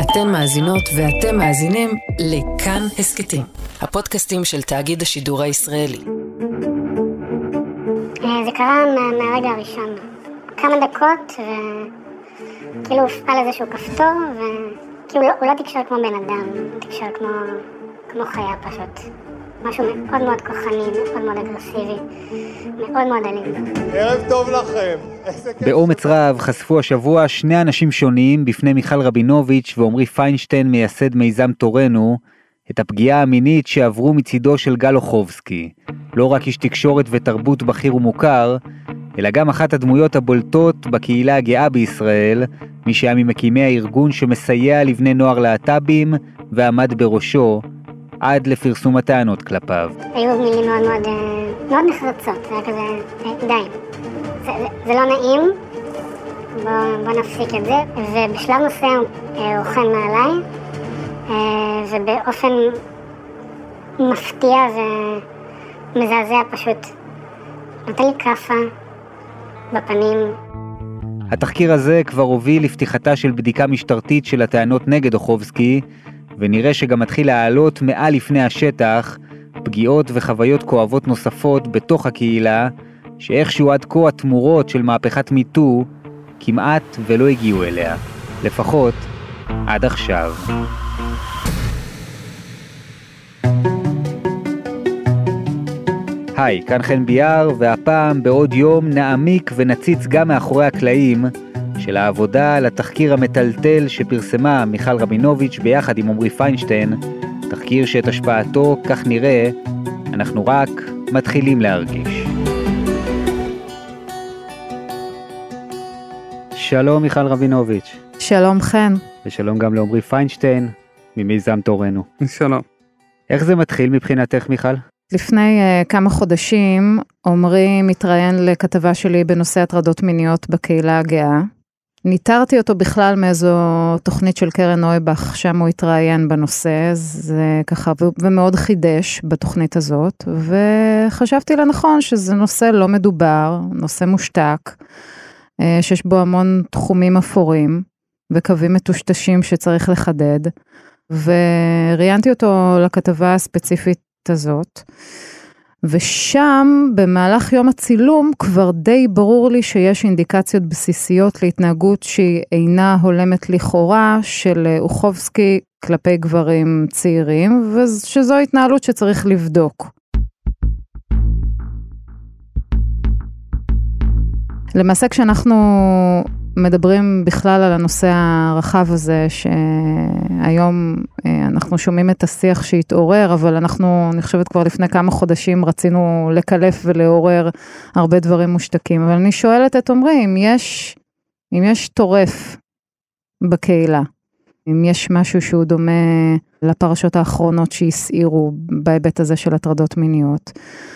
אתן מאזינות ואתם מאזינים לכאן הסקטים, הפודקאסטים של תאגיד השידור הישראלי. זה קרה מהרגע הראשון. כמה דקות וכאילו הופעל איזשהו כפתור וכאילו הוא לא תקשר כמו בן אדם, הוא תקשר כמו חיה פשוט. משהו מאוד מאוד כוחני, מאוד מאוד אגרסיבי, מאוד מאוד אלים. ערב טוב לכם. באומץ רב חשפו השבוע שני אנשים שונים בפני מיכל רבינוביץ' ועומרי פיינשטיין, מייסד מיזם תורנו, את הפגיעה המינית שעברו מצידו של גל אוחובסקי. לא רק איש תקשורת ותרבות בכיר ומוכר, אלא גם אחת הדמויות הבולטות בקהילה הגאה בישראל, מי שהיה ממקימי הארגון שמסייע לבני נוער להט"בים ועמד בראשו, עד לפרסום הטענות כלפיו. היו מילים מאוד נחרצות, זה היה כזה, די, זה לא נעים, בוא נפסיק את זה, ובשלב מסוים הוא חן מעליי, ובאופן מפתיע ומזעזע פשוט נתן לי קפה בפנים. התחקיר הזה כבר הוביל לפתיחתה של בדיקה משטרתית של הטענות נגד אוחובסקי, ונראה שגם מתחיל לעלות מעל לפני השטח פגיעות וחוויות כואבות נוספות בתוך הקהילה, שאיכשהו עד כה התמורות של מהפכת מיטו כמעט ולא הגיעו אליה, לפחות עד עכשיו. היי, כאן חן ביאר, והפעם בעוד יום נעמיק ונציץ גם מאחורי הקלעים של העבודה על התחקיר המטלטל שפרסמה מיכל רבינוביץ' ביחד עם עומרי פיינשטיין, תחקיר שאת השפעתו, כך נראה, אנחנו רק מתחילים להרגיש. שלום מיכל רבינוביץ'. שלום חן. ושלום גם לעומרי פיינשטיין ממיזם תורנו. שלום. איך זה מתחיל מבחינתך מיכל? לפני כמה חודשים עומרי מתראיין לכתבה שלי בנושא הטרדות מיניות בקהילה הגאה. ניתרתי אותו בכלל מאיזו תוכנית של קרן נויבך, שם הוא התראיין בנושא, זה ככה, ומאוד חידש בתוכנית הזאת, וחשבתי לנכון שזה נושא לא מדובר, נושא מושתק, שיש בו המון תחומים אפורים, וקווים מטושטשים שצריך לחדד, וראיינתי אותו לכתבה הספציפית הזאת, ושם במהלך יום הצילום כבר די ברור לי שיש אינדיקציות בסיסיות להתנהגות שהיא אינה הולמת לכאורה של אוחובסקי כלפי גברים צעירים, ושזו התנהלות שצריך לבדוק. למעשה כשאנחנו מדברים בכלל על הנושא הרחב הזה, שהיום אנחנו שומעים את השיח שהתעורר, אבל אנחנו, אני חושבת כבר לפני כמה חודשים רצינו לקלף ולעורר הרבה דברים מושתקים, אבל אני שואלת את עומרי, אם יש טורף בקהילה, אם יש משהו שהוא דומה לפרשות האחרונות שהסעירו בהיבט הזה של הטרדות מיניות,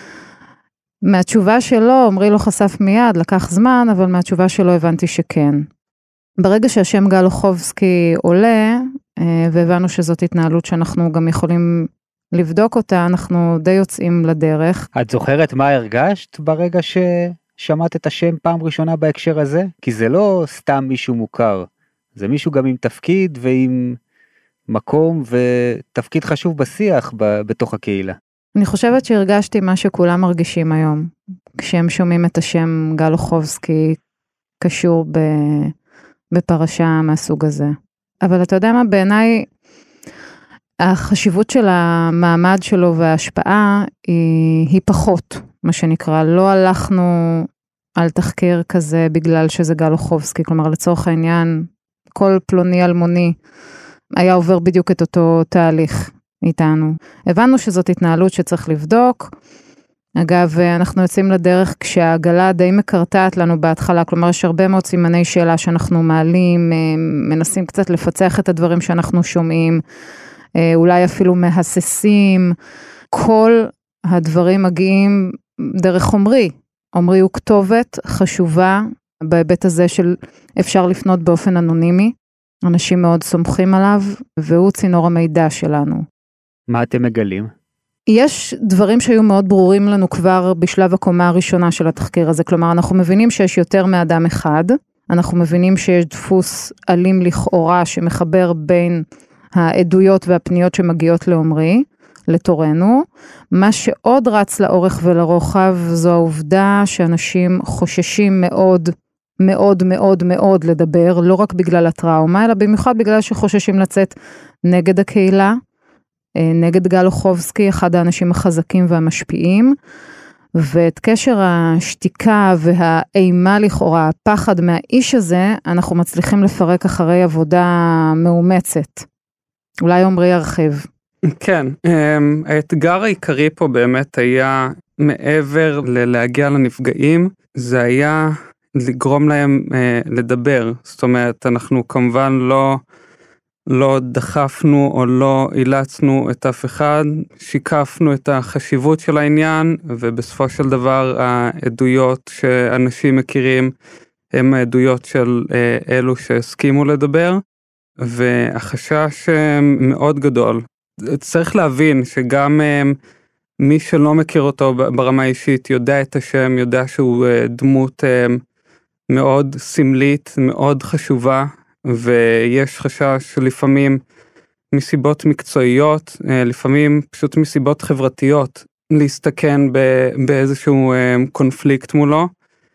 מהתשובה שלו, עומרי לא חשף מיד, לקח זמן, אבל מהתשובה שלו הבנתי שכן. ברגע שהשם גל אוחובסקי עולה, והבנו שזאת התנהלות שאנחנו גם יכולים לבדוק אותה, אנחנו די יוצאים לדרך. את זוכרת מה הרגשת ברגע ששמעת את השם פעם ראשונה בהקשר הזה? כי זה לא סתם מישהו מוכר, זה מישהו גם עם תפקיד ועם מקום ותפקיד חשוב בשיח בתוך הקהילה. אני חושבת שהרגשתי מה שכולם מרגישים היום, כשהם שומעים את השם גל אוחובסקי קשור בפרשה מהסוג הזה. אבל אתה יודע מה, בעיניי החשיבות של המעמד שלו וההשפעה היא פחות, מה שנקרא. לא הלכנו על תחקיר כזה בגלל שזה גל אוחובסקי, כלומר לצורך העניין, כל פלוני אלמוני היה עובר בדיוק את אותו תהליך איתנו. הבנו שזאת התנהלות שצריך לבדוק. אגב, אנחנו יוצאים לדרך כשהעגלה די מקרטעת לנו בהתחלה, כלומר יש הרבה מאוד סימני שאלה שאנחנו מעלים, מנסים קצת לפצח את הדברים שאנחנו שומעים, אולי אפילו מהססים. כל הדברים מגיעים דרך עומרי. עומרי הוא כתובת חשובה בהיבט הזה של אפשר לפנות באופן אנונימי. אנשים מאוד סומכים עליו, והוא צינור המידע שלנו. מה אתם מגלים? יש דברים שהיו מאוד ברורים לנו כבר בשלב הקומה הראשונה של התחקיר הזה, כלומר אנחנו מבינים שיש יותר מאדם אחד, אנחנו מבינים שיש דפוס אלים לכאורה שמחבר בין העדויות והפניות שמגיעות לעומרי, לתורנו. מה שעוד רץ לאורך ולרוחב זו העובדה שאנשים חוששים מאוד מאוד מאוד מאוד לדבר, לא רק בגלל הטראומה, אלא במיוחד בגלל שחוששים לצאת נגד הקהילה, נגד גל אוחובסקי, אחד האנשים החזקים והמשפיעים, ואת קשר השתיקה והאימה לכאורה, הפחד מהאיש הזה, אנחנו מצליחים לפרק אחרי עבודה מאומצת. אולי עומרי ירחיב. כן, האתגר העיקרי פה באמת היה מעבר להגיע לנפגעים, זה היה לגרום להם לדבר. זאת אומרת, אנחנו כמובן לא דחפנו או לא אילצנו את אף אחד, שיקפנו את החשיבות של העניין, ובסופו של דבר העדויות שאנשים מכירים הם העדויות של אלו שהסכימו לדבר, והחשש מאוד גדול. צריך להבין שגם מי שלא מכיר אותו ברמה האישית יודע את השם, יודע שהוא דמות מאוד סמלית, מאוד חשובה, ויש חשש לפעמים מסיבות מקצועיות, לפעמים פשוט מסיבות חברתיות, להסתכן באיזשהו קונפליקט מולו,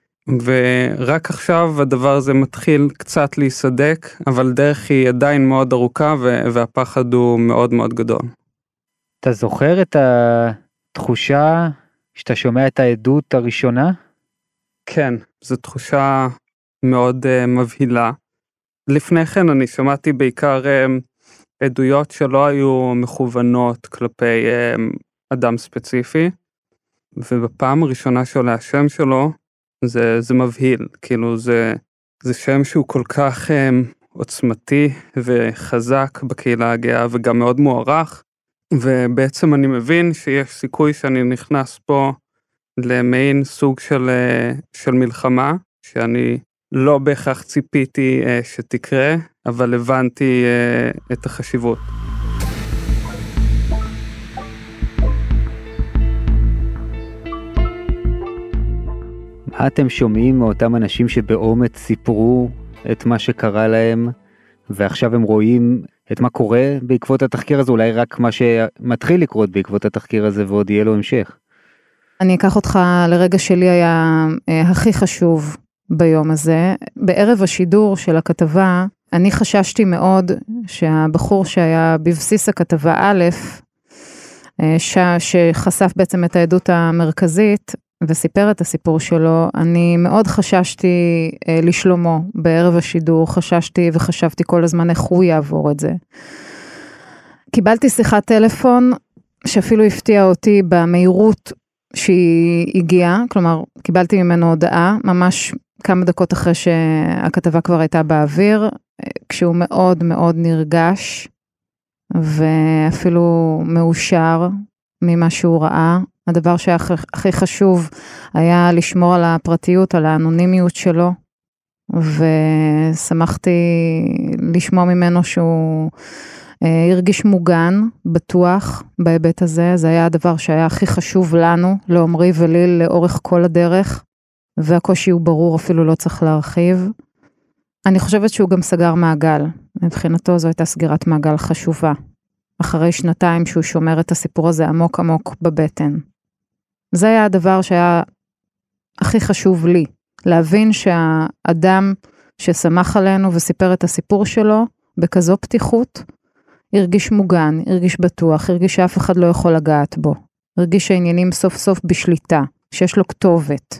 ורק עכשיו הדבר הזה מתחיל קצת להיסדק, אבל דרך היא עדיין מאוד ארוכה, והפחד הוא מאוד מאוד גדול. אתה זוכר את התחושה שאתה שומע את העדות הראשונה? כן, זו תחושה מאוד מבהילה. לפני כן אני שמעתי בעיקר עדויות שלא היו מכוונות כלפי אדם ספציפי, ובפעם הראשונה שעולה השם שלו, זה מבהיל, כאילו זה שם שהוא כל כך עוצמתי ושחזק בקהילה הגאה וגם מאוד מוערך, ובעצם אני מבין שיש סיכוי שאני נכנס פה למעין סוג של מלחמה, שאני לא בהכרח ציפיתי שתקרה, אבל הבנתי את החשיבות. מה אתם שומעים מאותם אנשים שבאומץ סיפרו את מה שקרה להם, ועכשיו הם רואים את מה קורה בעקבות התחקיר הזה, אולי רק מה שמתחיל לקרות בעקבות התחקיר הזה ועוד יהיה לו המשך? אני אקח אותך לרגע שלי היה הכי חשוב ביום הזה. בערב השידור של הכתבה, אני חששתי מאוד שהבחור שהיה בבסיס הכתבה א', שחשף בעצם את העדות המרכזית, וסיפר את הסיפור שלו, אני מאוד חששתי לשלומו בערב השידור, חששתי וחשבתי כל הזמן איך הוא יעבור את זה. קיבלתי שיחת טלפון שאפילו הפתיע אותי במהירות שהיא הגיעה, כלומר קיבלתי ממנו הודעה, ממש כמה דקות אחרי שהכתבה כבר הייתה באוויר, כשהוא מאוד מאוד נרגש, ואפילו מאושר ממה שהוא ראה. הדבר שהיה הכי חשוב היה לשמור על הפרטיות, על האנונימיות שלו, ושמחתי לשמוע ממנו שהוא הרגיש מוגן, בטוח בהיבט הזה. זה היה הדבר שהיה הכי חשוב לנו, לעומרי ולי, לאורך כל הדרך, והקושי הוא ברור, אפילו לא צריך להרחיב. אני חושבת שהוא גם סגר מעגל, מבחינתו זו הייתה סגירת מעגל חשובה, אחרי 2 שהוא שומר את הסיפור הזה עמוק עמוק בבטן. זה היה הדבר שהיה הכי חשוב לי, להבין שהאדם ששמח עלינו וסיפר את הסיפור שלו, בכזו פתיחות, הרגיש מוגן, הרגיש בטוח, הרגיש שאף אחד לא יכול לגעת בו, הרגיש שהעניינים סוף סוף בשליטה, שיש לו כתובת.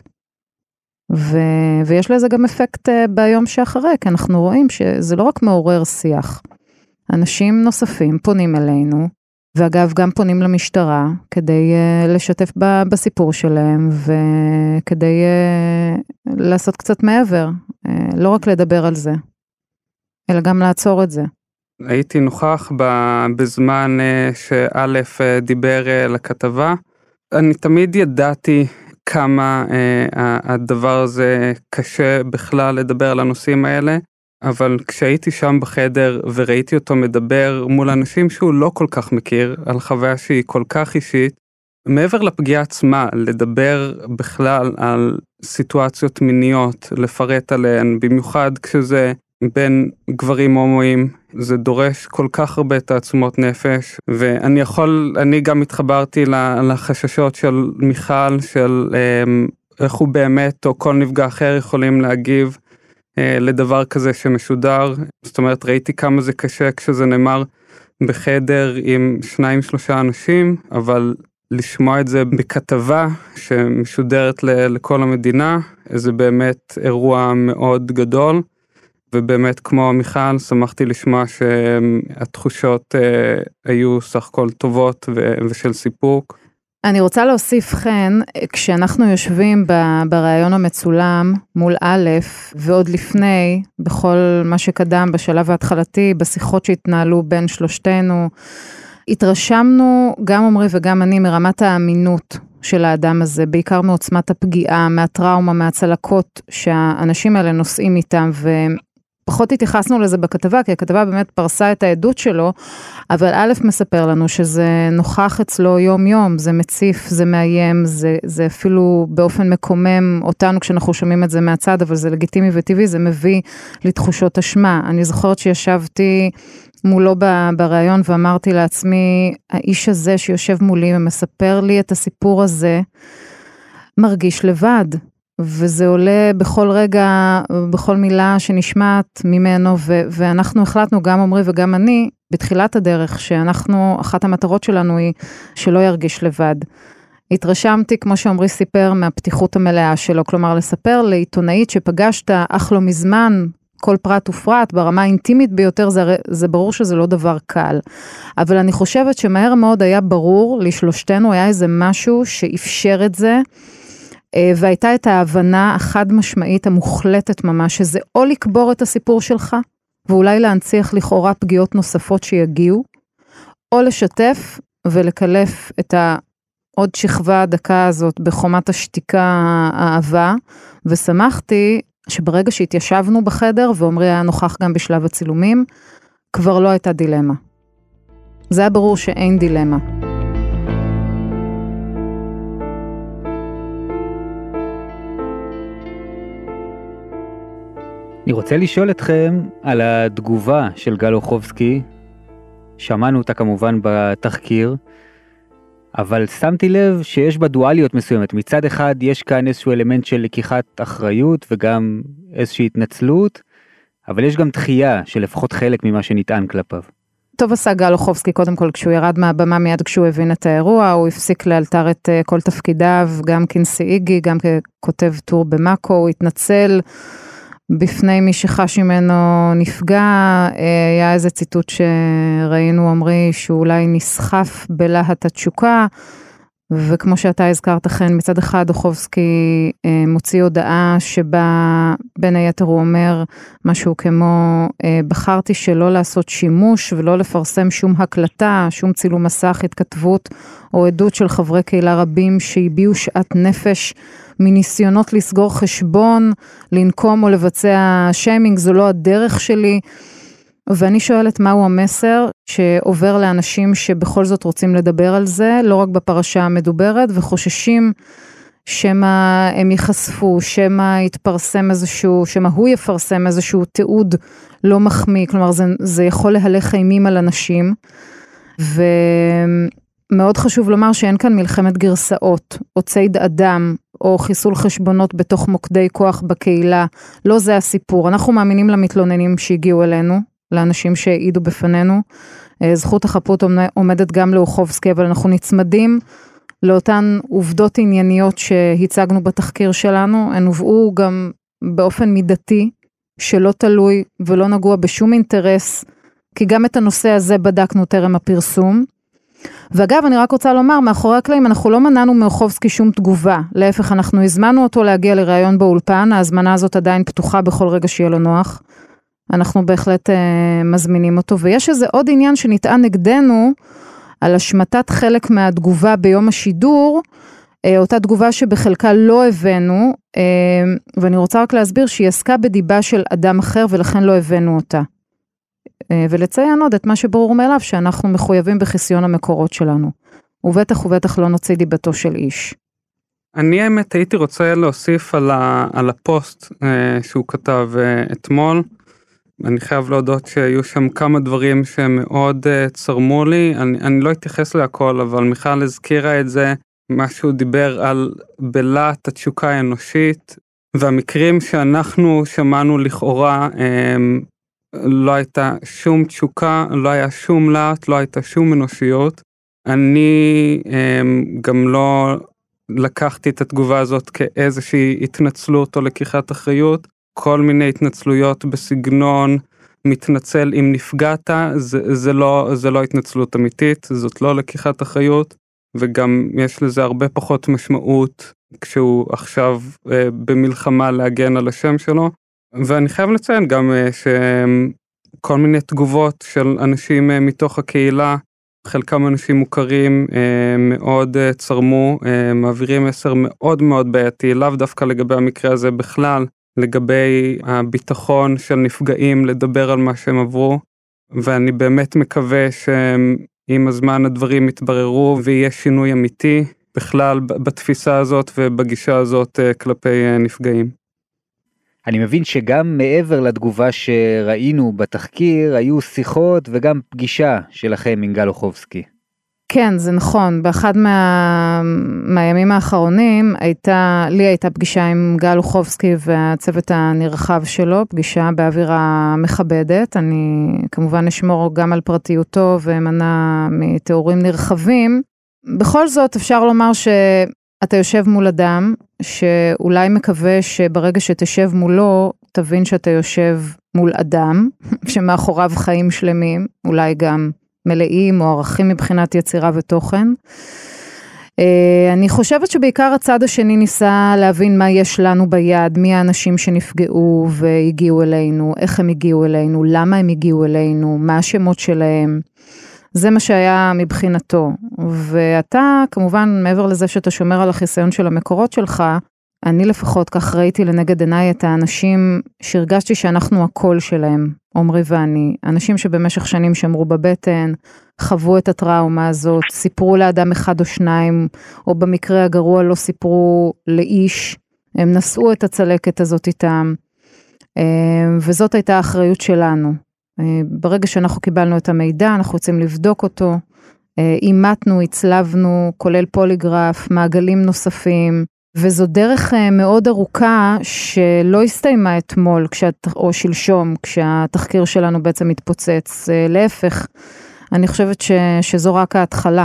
ויש לזה גם אפקט ביום שאחרי, כי אנחנו רואים שזה לא רק מעורר שיח. אנשים נוספים פונים אלינו, ואגב גם פונים למשטרה, כדי לשתף בסיפור שלהם, וכדי לעשות קצת מעבר, לא רק לדבר על זה, אלא גם לעצור את זה. הייתי נוכח בזמן שא' דיבר לכתבה, אני תמיד ידעתי כמה הדבר הזה קשה בכלל לדבר על הנושאים האלה, אבל כשהייתי שם בחדר וראיתי אותו מדבר מול אנשים שהוא לא כל כך מכיר, על חוויה שהיא כל כך אישית, מעבר לפגיעה עצמה, לדבר בכלל על סיטואציות מיניות, לפרט עליהן, במיוחד כשזה בין גברים הומואים, זה דורש כל כך הרבה תעצומות נפש, ואני גם התחברתי לחששות של מיכל, של איך הוא באמת, או כל נפגע אחר יכולים להגיב לדבר כזה שמשודר. זאת אומרת, ראיתי כמה זה קשה כשזה נאמר בחדר עם 2-3 אנשים, אבל לשמוע את זה בכתבה שמשודרת לכל המדינה, זה באמת אירוע מאוד גדול, ובאמת כמו מיכל, שמחתי לשמוע שהתחושות היו סך הכל טובות ושל סיפוק. אני רוצה להוסיף חן, כשאנחנו יושבים ברעיון המצולם מול א', ועוד לפני, בכל מה שקדם בשלב ההתחלתי, בשיחות שהתנהלו בין שלושתנו, התרשמנו, גם עמרי וגם אני, מרמת האמינות של האדם הזה, בעיקר מעוצמת הפגיעה, מהטראומה, מהצלקות שהאנשים האלה נושאים איתם, פחות התייחסנו לזה בכתבה, כי הכתבה באמת פרסה את העדות שלו, אבל א' מספר לנו שזה נוכח אצלו יום יום, זה מציף, זה מאיים, זה אפילו באופן מקומם אותנו כשאנחנו שומעים את זה מהצד, אבל זה לגיטימי וטבעי, זה מביא לתחושות אשמה. אני זוכרת שישבתי מולו ברעיון ואמרתי לעצמי, האיש הזה שיושב מולי ומספר לי את הסיפור הזה, מרגיש לבד. וזה עולה בכל רגע, בכל מילה שנשמעת ממנו, ואנחנו החלטנו, גם עמרי וגם אני, בתחילת הדרך, שאנחנו, אחת המטרות שלנו היא שלא ירגיש לבד. התרשמתי, כמו שעמרי סיפר, מהפתיחות המלאה שלו, כלומר, לספר לעיתונאית שפגשת אך לא מזמן, כל פרט ופרט, ברמה האינטימית ביותר, זה ברור שזה לא דבר קל. אבל אני חושבת שמהר מאוד היה ברור, לשלושתנו היה איזה משהו שאפשר את זה, והייתה את ההבנה החד משמעית המוחלטת ממש, שזה או לקבור את הסיפור שלך, ואולי להנציח לכאורה פגיעות נוספות שיגיעו, או לשתף ולקלף את העוד שכבה הדקה הזאת בחומת השתיקה האהבה, ושמחתי שברגע שהתיישבנו בחדר, ועומרי היה נוכח גם בשלב הצילומים, כבר לא הייתה דילמה. זה היה ברור שאין דילמה. אני רוצה לשאול אתכם על התגובה של גל אוחובסקי, שמענו אותה כמובן בתחקיר, אבל שמתי לב שיש בה דואליות מסוימת. מצד אחד יש כאן איזשהו אלמנט של לקיחת אחריות וגם איזושהי התנצלות, אבל יש גם דחייה של לפחות חלק ממה שנטען כלפיו. טוב עשה גל אוחובסקי קודם כל כשהוא ירד מהבמה מיד כשהוא הבין את האירוע, הוא הפסיק לאלתר את כל תפקידיו, גם כנשיא איגי, גם ככותב טור במאקו, הוא התנצל בפני מי שחש ממנו נפגע. היה איזה ציטוט שראינו, עמרי, שהוא אולי נסחף בלהט התשוקה, וכמו שאתה הזכרת לכן, מצד אחד אוחובסקי מוציא הודעה שבה בין היתר הוא אומר משהו כמו, בחרתי שלא לעשות שימוש ולא לפרסם שום הקלטה, שום צילום מסך, התכתבות או עדות של חברי קהילה רבים שהביעו שאט נפש מניסיונות לסגור חשבון, לנקום או לבצע שיימינג, זו לא הדרך שלי. ואני שואלת מהו המסר שעובר לאנשים שבכל זאת רוצים לדבר על זה, לא רק בפרשה המדוברת, וחוששים שמה הם יחשפו, שמה יתפרסם איזשהו, שמה הוא יפרסם איזשהו תיעוד לא מחמיא, כלומר זה יכול להלך אימים על אנשים, ומאוד חשוב לומר שאין כאן מלחמת גרסאות, או ציד אדם, או חיסול חשבונות בתוך מוקדי כוח בקהילה, לא זה הסיפור. אנחנו מאמינים למתלוננים שהגיעו אלינו, לאנשים שהעידו בפנינו, זכות החפות עומדת גם לאוחובסקי, אבל אנחנו נצמדים לאותן עובדות ענייניות שהצגנו בתחקיר שלנו, הן הובאו גם באופן מידתי, שלא תלוי ולא נגוע בשום אינטרס, כי גם את הנושא הזה בדקנו טרם הפרסום, ואגב, אני רק רוצה לומר, מאחורי הקלעים, אנחנו לא מנענו מאוחובסקי שום תגובה, להפך, אנחנו הזמנו אותו להגיע לראיון באולפן, ההזמנה הזאת עדיין פתוחה בכל רגע שיהיה לו נוח, אנחנו בהחלט מזמינים אותו, ויש איזה עוד עניין שנטען נגדנו, על השמטת חלק מהתגובה ביום השידור, אותה תגובה שבחלקה לא הבאנו, ואני רוצה רק להסביר שהיא עסקה בדיבה של אדם אחר, ולכן לא הבאנו אותה. ולציין עוד את מה שברור מאליו, שאנחנו מחויבים בחיסיון המקורות שלנו. ובטח לא נוציא דיבתו של איש. אני האמת הייתי רוצה להוסיף על הפוסט שהוא כתב אתמול. אני חייב להודות שהיו שם כמה דברים שמאוד צרמו לי, אני לא אתייחס להכל, אבל מיכל הזכירה את זה, מה שהוא דיבר על בלעת התשוקה האנושית, והמקרים שאנחנו שמענו לכאורה, לא הייתה שום תשוקה, לא היה שום לעט, לא הייתה שום אנושיות. אני גם לא לקחתי את התגובה הזאת כאיזושהי התנצלות או לקיחת אחריות, כל מיני התנצלויות בסגנון, מתנצל אם נפגעת, זה לא התנצלות אמיתית, זאת לא לקיחת אחריות, וגם יש לזה הרבה פחות משמעות, כשהוא עכשיו במלחמה להגן על השם שלו, ואני חייב לציין גם שכל מיני תגובות של אנשים מתוך הקהילה, חלקם אנשים מוכרים מאוד צרמו, מעבירים מסר מאוד מאוד בעייתי, לאו דווקא לגבי המקרה הזה בכלל, לגבי הביטחון של נפגעים לדבר על מה שהם עברו, ואני באמת מקווה שעם הזמן הדברים יתבררו ויהיה שינוי אמיתי בכלל בתפיסה הזאת ובגישה הזאת כלפי נפגעים. אני מבין שגם מעבר לתגובה שראינו בתחקיר, היו שיחות וגם פגישה שלכם עם גל אוחובסקי. כן, זה נכון. באחד מהימים האחרונים לי הייתה פגישה עם גל אוחובסקי והצוות הנרחב שלו, פגישה באווירה מכבדת. אני כמובן אשמור גם על פרטיותו ומנע מתיאורים נרחבים. בכל זאת אפשר לומר שאתה יושב מול אדם, שאולי מקווה שברגע שתשב מולו, תבין שאתה יושב מול אדם, שמאחוריו חיים שלמים, אולי גם מלאים או ערכים מבחינת יצירה ותוכן. אני חושבת שבעיקר הצד השני ניסה להבין מה יש לנו ביד, מי האנשים שנפגעו והגיעו אלינו, איך הם הגיעו אלינו, למה הם הגיעו אלינו, מה השמות שלהם. זה מה שהיה מבחינתו. ואתה, כמובן, מעבר לזה שאתה שומר על החיסיון של המקורות שלך, אני לפחות כך ראיתי לנגד עיניי את האנשים שהרגשתי שאנחנו הקול שלהם, עומרי ואני, אנשים שבמשך שנים שמרו בבטן, חוו את הטראומה הזאת, סיפרו לאדם אחד או שניים, או במקרה הגרוע לא סיפרו לאיש, הם נשאו את הצלקת הזאת איתם, וזאת הייתה האחריות שלנו. ברגע שאנחנו קיבלנו את המידע, אנחנו רוצים לבדוק אותו, אימתנו, הצלבנו, כולל פוליגרף, מעגלים נוספים, וזו דרך מאוד ארוכה שלא הסתיימה אתמול או שלשום, כשהתחקיר שלנו בעצם מתפוצץ. להפך, אני חושבת שזו רק ההתחלה,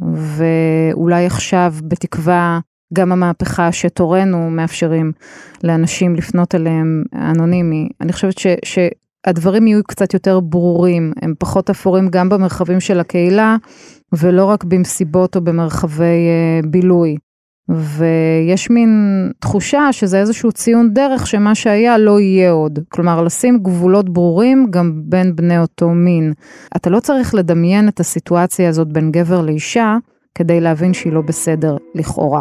ואולי עכשיו בתקווה גם המהפכה שתורנו מאפשרים לאנשים לפנות אליהם אנונימי. אני חושבת שהדברים יהיו קצת יותר ברורים, הם פחות אפורים גם במרחבים של הקהילה, ולא רק במסיבות או במרחבי בילוי. ויש מין תחושה שזה איזשהו ציון דרך שמה שהיה לא יהיה עוד. כלומר, לשים גבולות ברורים גם בין בני אותו מין. אתה לא צריך לדמיין את הסיטואציה הזאת בין גבר לאישה, כדי להבין שהיא לא בסדר לכאורה.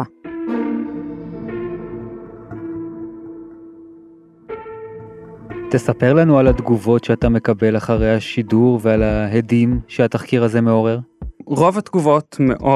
תספר לנו על התגובות שאתה מקבל אחרי השידור ועל ההדים שהתחקיר הזה מעורר. רוב התגובות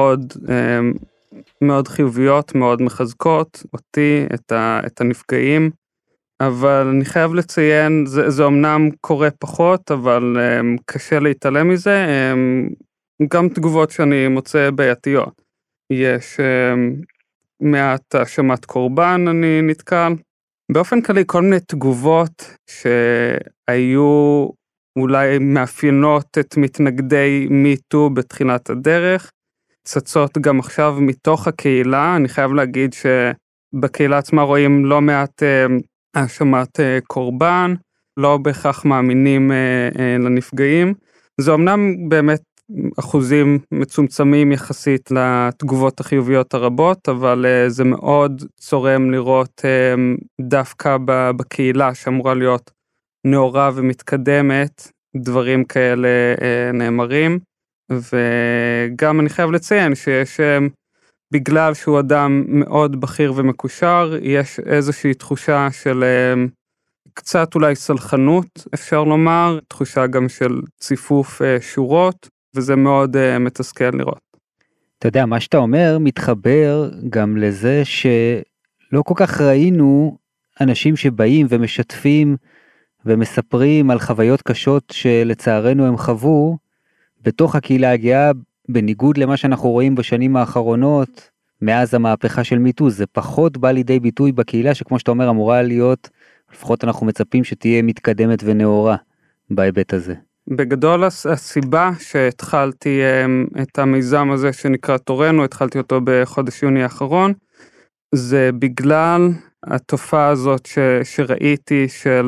מאוד חיוביות, מאוד מחזקות אותי, את הנפגעים, אבל אני חייב לציין, זה אמנם קורה פחות, אבל קשה להתעלם מזה, גם תגובות שאני מוצא בעייתיות. יש מעט האשמת קורבן, אני נתקל. באופן כללי, כל מיני תגובות שהיו אולי מאפיינות את מתנגדי מיטו בתחילת הדרך, צצות גם עכשיו מתוך הקהילה. אני חייב להגיד שבקהילה עצמה רואים לא מעט האשמת קורבן, לא בהכרח מאמינים לנפגעים. זה אמנם באמת אחוזים מצומצמים יחסית לתגובות החיוביות הרבות, אבל זה מאוד צורם לראות דווקא בקהילה שאמורה להיות נאורה ומתקדמת, דברים כאלה נאמרים. וגם אני חייב לציין שיש, בגלל שהוא אדם מאוד בכיר ומקושר, יש איזושהי תחושה של קצת אולי סלחנות, אפשר לומר, תחושה גם של ציפוף שורות, וזה מאוד מתסכל לראות. אתה יודע, מה שאתה אומר מתחבר גם לזה שלא כל כך ראינו אנשים שבאים ומשתפים ומספרים על חוויות קשות שלצערנו הם חוו בתוך הקהילה הגאה, בניגוד למה שאנחנו רואים בשנים האחרונות, מאז המהפכה של מיטו. זה פחות בא לידי ביטוי בקהילה שכמו שאתה אומר אמורה להיות, לפחות אנחנו מצפים שתהיה מתקדמת ונאורה בהיבט הזה. בגדול הסיבה שהתחלתי את המיזם הזה שנקרא תורנו, התחלתי אותו בחודש יוני האחרון, זה בגלל התופעה הזאת שראיתי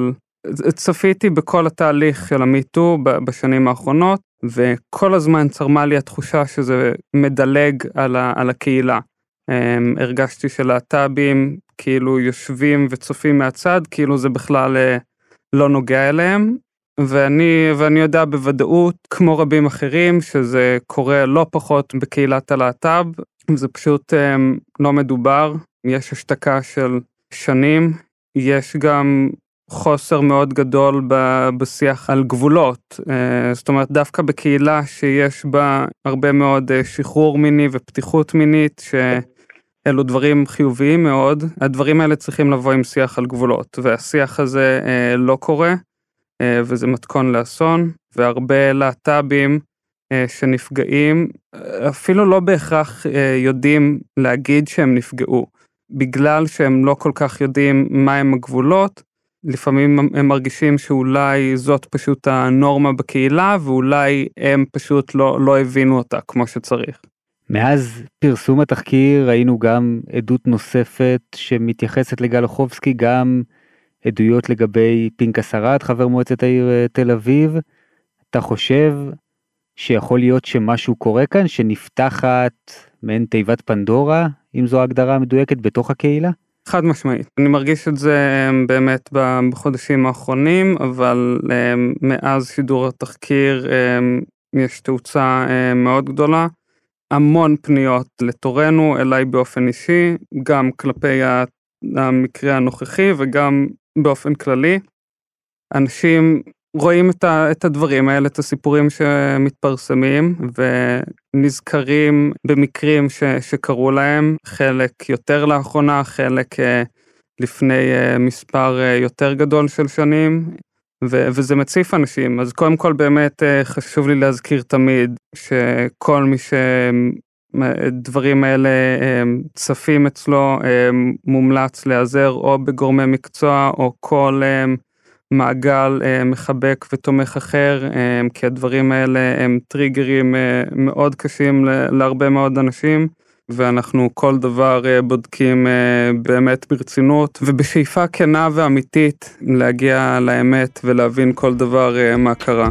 צפיתי בכל התהליך של המיטו בשנים האחרונות, וכל הזמן צרמה לי התחושה שזה מדלג על הקהילה. הרגשתי שלהט"בים כאילו יושבים וצופים מהצד, כאילו זה בכלל לא נוגע אליהם, ואני יודע בוודאות, כמו רבים אחרים, שזה קורה לא פחות בקהילת הלהט"ב, זה פשוט לא מדובר, יש השתקה של שנים, יש גם חוסר מאוד גדול בשיח על גבולות, זאת אומרת דווקא בקהילה שיש בה הרבה מאוד שחרור מיני ופתיחות מינית, שאלו דברים חיוביים מאוד, הדברים האלה צריכים לבוא עם שיח על גבולות, והשיח הזה לא קורה, וזה מתכון לאסון, והרבה להט"בים שנפגעים, אפילו לא בהכרח יודעים להגיד שהם נפגעו, בגלל שהם לא כל כך יודעים מהם הגבולות, לפעמים הם מרגישים שאולי זאת פשוט הנורמה בקהילה, ואולי הם פשוט לא הבינו אותה כמו שצריך. מאז פרסום התחקיר ראינו גם עדות נוספת שמתייחסת לגל אוחובסקי, גם עדויות לגבי פנקס ארד, חבר מועצת העיר תל אביב. אתה חושב שיכול להיות שמשהו קורה כאן, שנפתחת מעין תיבת פנדורה, אם זו ההגדרה המדויקת בתוך הקהילה? חד משמעית. אני מרגיש את זה באמת בחודשים האחרונים, אבל מאז שידור התחקיר יש תאוצה מאוד גדולה. המון פניות לתורנו, אליי באופן אישי, גם כלפי המקרה הנוכחי וגם באופן כללי. אנשים רואים את הדברים האלה, את הסיפורים שמתפרסמים, ונזכרים במקרים שקרו להם, חלק יותר לאחרונה, חלק לפני מספר יותר גדול של שנים, וזה מציף אנשים. אז קודם כל באמת חשוב לי להזכיר תמיד, שכל מי שדברים האלה צפים אצלו, מומלץ להיעזר או בגורמי מקצוע, או כל מעגל מחבק ותומך אחר, כי הדברים האלה הם טריגרים מאוד קשים להרבה מאוד אנשים, ואנחנו כל דבר בודקים באמת ברצינות, ובשאיפה כנה ואמיתית להגיע לאמת ולהבין כל דבר מה קרה.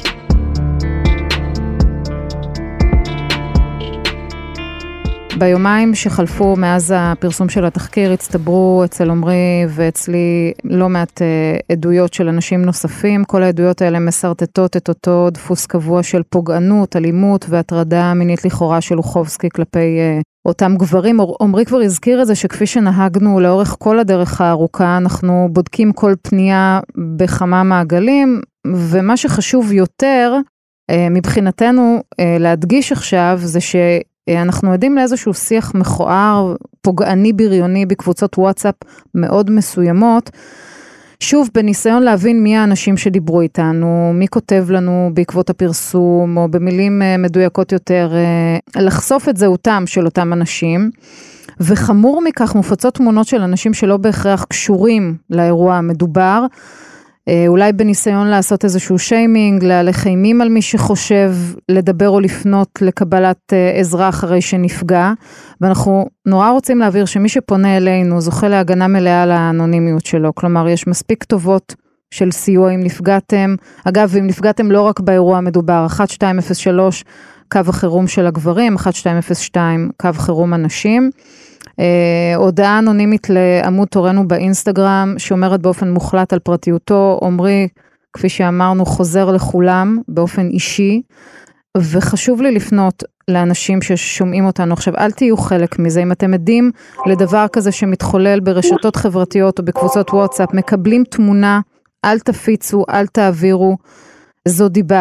ביומיים שחלפו מאז הפרסום של התחקיר הצטברו אצל עומרי ואצלי לא מעט עדויות של אנשים נוספים. כל העדויות האלה מסרטטות את אותו דפוס קבוע של פוגענות, אלימות והטרדה מינית לכאורה של אוחובסקי כלפי אותם גברים. עומרי כבר הזכיר את זה שכפי שנהגנו לאורך כל הדרך הארוכה, אנחנו בודקים כל פנייה בכמה מעגלים, ומה שחשוב יותר מבחינתנו להדגיש עכשיו זה אנחנו עדים לאיזשהו שיח מכוער, פוגעני בריוני בקבוצות וואטסאפ מאוד מסוימות, שוב בניסיון להבין מי האנשים שדיברו איתנו, מי כותב לנו בעקבות הפרסום, או במילים מדויקות יותר, לחשוף את זהותם של אותם אנשים, וחמור מכך מופצות תמונות של אנשים שלא בהכרח קשורים לאירוע המדובר, אולי בניסיון לעשות איזשהו שיימינג, להלך אימים על מי שחושב לדבר או לפנות לקבלת עזרה אחרי שנפגע, ואנחנו נורא רוצים להעביר שמי שפונה אלינו זוכה להגנה מלאה על האנונימיות שלו, כלומר יש מספיק טובות של סיוע אם נפגעתם, אגב אם נפגעתם לא רק באירוע המדובר, 1203 קו החירום של הגברים, 1202 קו חירום הנשים, הודעה אנונימית לעמוד תורנו באינסטגרם, שאומרת באופן מוחלט על פרטיותו, עומרי, כפי שאמרנו, חוזר לכולם באופן אישי, וחשוב לי לפנות לאנשים ששומעים אותנו עכשיו, אל תהיו חלק מזה, אם אתם עדים לדבר כזה שמתחולל ברשתות חברתיות או בקבוצות וואטסאפ, מקבלים תמונה, אל תפיצו, אל תעבירו, זו דיבה.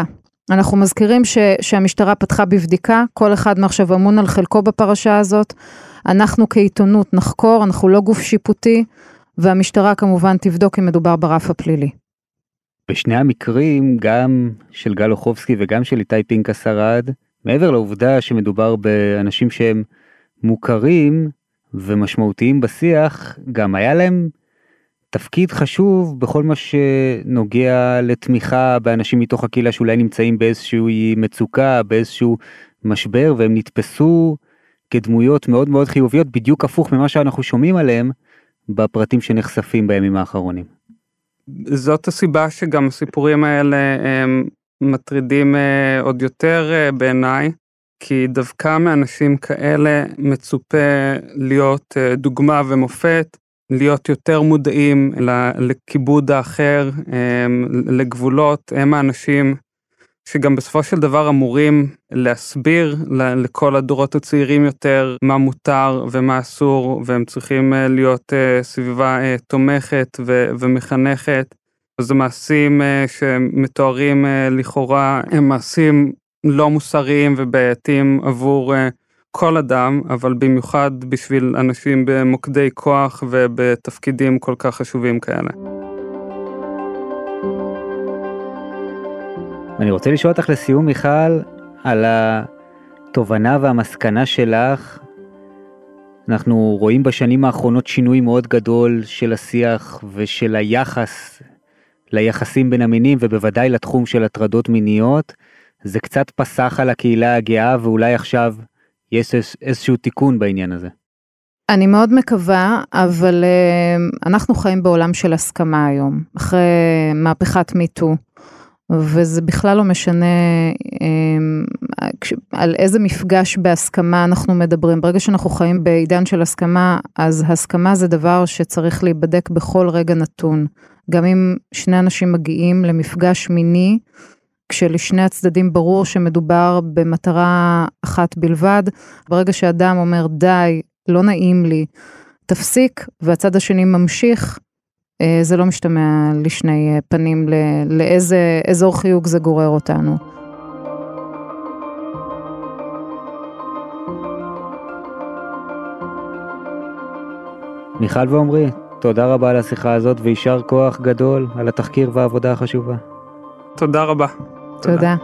אנחנו מזכירים שהמשטרה פתחה בבדיקה, כל אחד מעכשיו אמון על חלקו בפרשה הזאת, אנחנו כעיתונות נחקור, אנחנו לא גוף שיפוטי, והמשטרה כמובן תבדוק אם מדובר ברף הפלילי. בשני המקרים, גם של גל אוחובסקי וגם של איתי פנקס ארד, מעבר לעובדה שמדובר באנשים שהם מוכרים ומשמעותיים בשיח, גם היה להם תפקיד חשוב בכל מה שנוגע לתמיכה באנשים מתוך הקהילה שאולי נמצאים באיזושהי מצוקה, באיזשהו משבר, והם נתפסו כדמויות מאוד מאוד חיוביות, בדיוק הפוך ממה שאנחנו שומעים עליהם בפרטים שנחשפים בימים האחרונים. זאת הסיבה שגם הסיפורים האלה מטרידים עוד יותר בעיניי, כי דווקא מאנשים כאלה מצופה להיות דוגמה ומופת, להיות יותר מודעים לכיבוד האחר, לגבולות. הם האנשים שגם בסופו של דבר אמורים להסביר לכל הדורות הצעירים יותר מה מותר ומה אסור, והם צריכים להיות סביבה תומכת ומחנכת. אז המעשים שמתוארים לכאורה הם מעשים לא מוסריים ובעייתיים עבור כל אדם, אבל במיוחד בשביל אנשים במוקדי כוח ובתפקידים כל כך חשובים כאלה. אני רוצה לשאול אותך לסיום, מיכל, על התובנה והמסקנה שלך. אנחנו רואים בשנים האחרונות שינוי מאוד גדול של השיח ושל היחס ליחסים בין המינים, ובוודאי לתחום של הטרדות מיניות. זה קצת פסח על הקהילה הגאה, ואולי עכשיו יש איזשהו תיקון בעניין הזה. אני מאוד מקווה, אבל אנחנו חיים בעולם של הסכמה היום, אחרי מהפכת מיטו, וזה בכלל לא משנה על איזה מפגש בהסכמה אנחנו מדברים. ברגע שאנחנו חיים בעידן של הסכמה, אז הסכמה זה דבר שצריך להיבדק בכל רגע נתון. גם אם שני אנשים מגיעים למפגש מיני, כשלשני הצדדים ברור שמדובר במטרה אחת בלבד, ברגע שאדם אומר די, לא נעים לי, תפסיק, והצד השני ממשיך, זה לא משתמע לשני פנים לאיזה אזור חיוג זה גורר אותנו. מיכל ועומרי, תודה רבה על השיחה הזאת, וישר כוח גדול על התחקיר והעבודה החשובה. תודה רבה. תודה.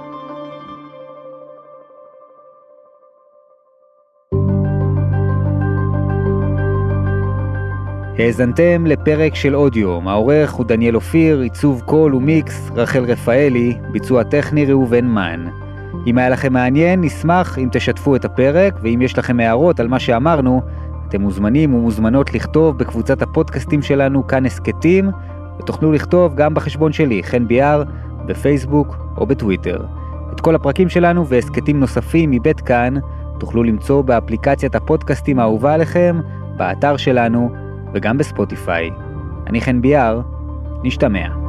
האזנתם לפרק של אודיו, העורך הוא דניאל אופיר, עיצוב קול ומיקס רחל רפאלי, ביצוע טכני ראובן מן. אם היה לכם מעניין, נשמח אם תשתפו את הפרק, ואם יש לכם הערות על מה שאמרנו, אתם מוזמנים ומוזמנות לכתוב בקבוצת הפודקאסטים שלנו כאן הסקטים, ותוכלו לכתוב גם בחשבון שלי, חן ביאר, בפייסבוק או בטוויטר. את כל הפרקים שלנו והסקטים נוספים מבית כאן תוכלו למצוא באפליקציית הפודקאסטים האהובה עליכם, באתר שלנו וגם בספוטיפיי. אני חן ביאר, נשתמע.